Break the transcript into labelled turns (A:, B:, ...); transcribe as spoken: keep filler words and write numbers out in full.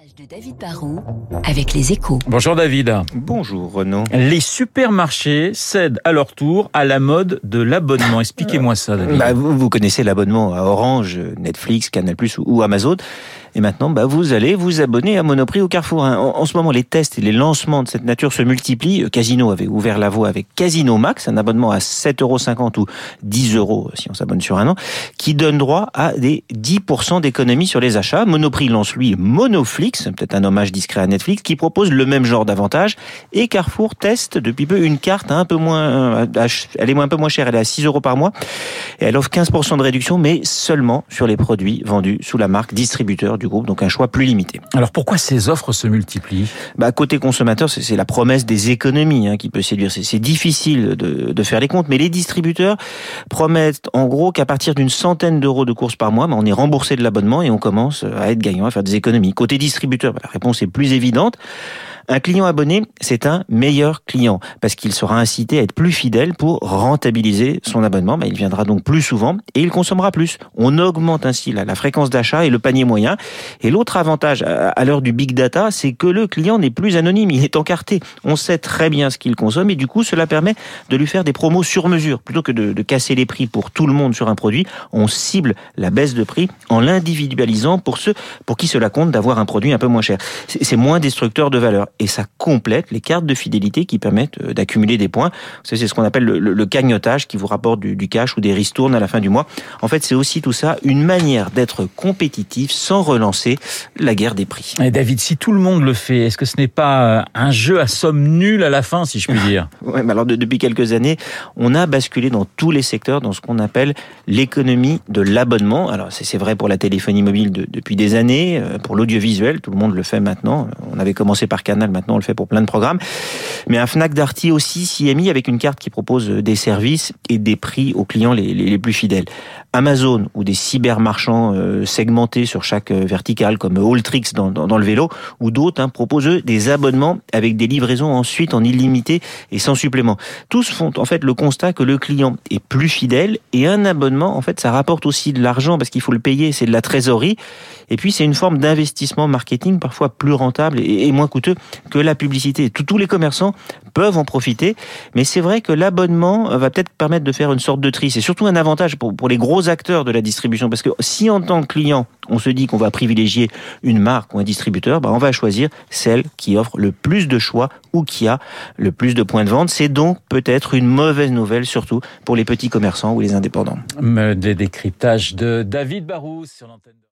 A: De David Barrault avec les Échos.
B: Bonjour David.
C: Bonjour Renaud.
B: Les supermarchés cèdent à leur tour à la mode de l'abonnement. Expliquez-moi ça, David.
C: Bah, vous, vous connaissez l'abonnement à Orange, Netflix, Canal plus, ou Amazon. Et maintenant, bah, vous allez vous abonner à Monoprix ou Carrefour. En, en ce moment, les tests et les lancements de cette nature se multiplient. Casino avait ouvert la voie avec Casino Max, un abonnement à sept euros cinquante ou dix euros si on s'abonne sur un an, qui donne droit à des dix pour cent d'économie sur les achats. Monoprix lance lui Monoflix, peut-être un hommage discret à Netflix, qui propose le même genre d'avantage. Et Carrefour teste depuis peu une carte un peu moins, elle est un peu moins chère, elle est à six euros par mois. Et elle offre quinze pour cent de réduction, mais seulement sur les produits vendus sous la marque distributeur du groupe, donc un choix plus limité.
B: Alors pourquoi ces offres se multiplient ?
C: Bah, côté consommateur, c'est, c'est la promesse des économies hein, qui peut séduire. C'est, c'est difficile de, de faire les comptes, mais les distributeurs promettent en gros qu'à partir d'une centaine d'euros de courses par mois, bah, on est remboursé de l'abonnement et on commence à être gagnant, à faire des économies. Côté distributeur, bah, la réponse est plus évidente. Un client abonné, c'est un meilleur client parce qu'il sera incité à être plus fidèle pour rentabiliser son abonnement. Bah, il viendra donc plus souvent et il consommera plus. On augmente ainsi la, la fréquence d'achat et le panier moyen. Et l'autre avantage à, à l'heure du big data, c'est que le client n'est plus anonyme, il est encarté. On sait très bien ce qu'il consomme et du coup, cela permet de lui faire des promos sur mesure. Plutôt que de, de casser les prix pour tout le monde sur un produit, on cible la baisse de prix en l'individualisant pour ceux pour qui cela compte d'avoir un produit un peu moins cher. C'est, c'est moins destructeur de valeur. Et ça complète les cartes de fidélité qui permettent d'accumuler des points. C'est ce qu'on appelle le, le, le cagnotage qui vous rapporte du, du cash ou des ristournes à la fin du mois. En fait, c'est aussi tout ça une manière d'être compétitif sans relancer la guerre des prix.
B: Et David, si tout le monde le fait, est-ce que ce n'est pas un jeu à somme nulle à la fin, si je puis dire ?
C: Ouais, mais alors de, depuis quelques années, on a basculé dans tous les secteurs dans ce qu'on appelle l'économie de l'abonnement. Alors c'est, c'est vrai pour la téléphonie mobile de, depuis des années, pour l'audiovisuel, tout le monde le fait maintenant. On avait commencé par Canal, maintenant on le fait pour plein de programmes. Mais un Fnac Darty aussi s'y est mis avec une carte qui propose des services et des prix aux clients les, les, les plus fidèles. Amazon ou des cybermarchands euh, segmentés sur chaque euh, verticale comme Alltrix dans, dans, dans le vélo ou d'autres hein, proposent eux des abonnements avec des livraisons ensuite en illimité et sans supplément. Tous font en fait le constat que le client est plus fidèle et un abonnement en fait ça rapporte aussi de l'argent parce qu'il faut le payer, c'est de la trésorerie et puis c'est une forme d'investissement marketing parfois plus rentable et, et moins coûteux que la publicité. Tous, tous les commerçants peuvent en profiter, mais c'est vrai que l'abonnement va peut-être permettre de faire une sorte de tri. C'est surtout un avantage pour, pour les gros acteurs de la distribution, parce que si en tant que client, on se dit qu'on va privilégier une marque ou un distributeur, bah on va choisir celle qui offre le plus de choix ou qui a le plus de points de vente. C'est donc peut-être une mauvaise nouvelle, surtout pour les petits commerçants ou les indépendants.
B: Des décryptages de David Barrault sur l'antenne.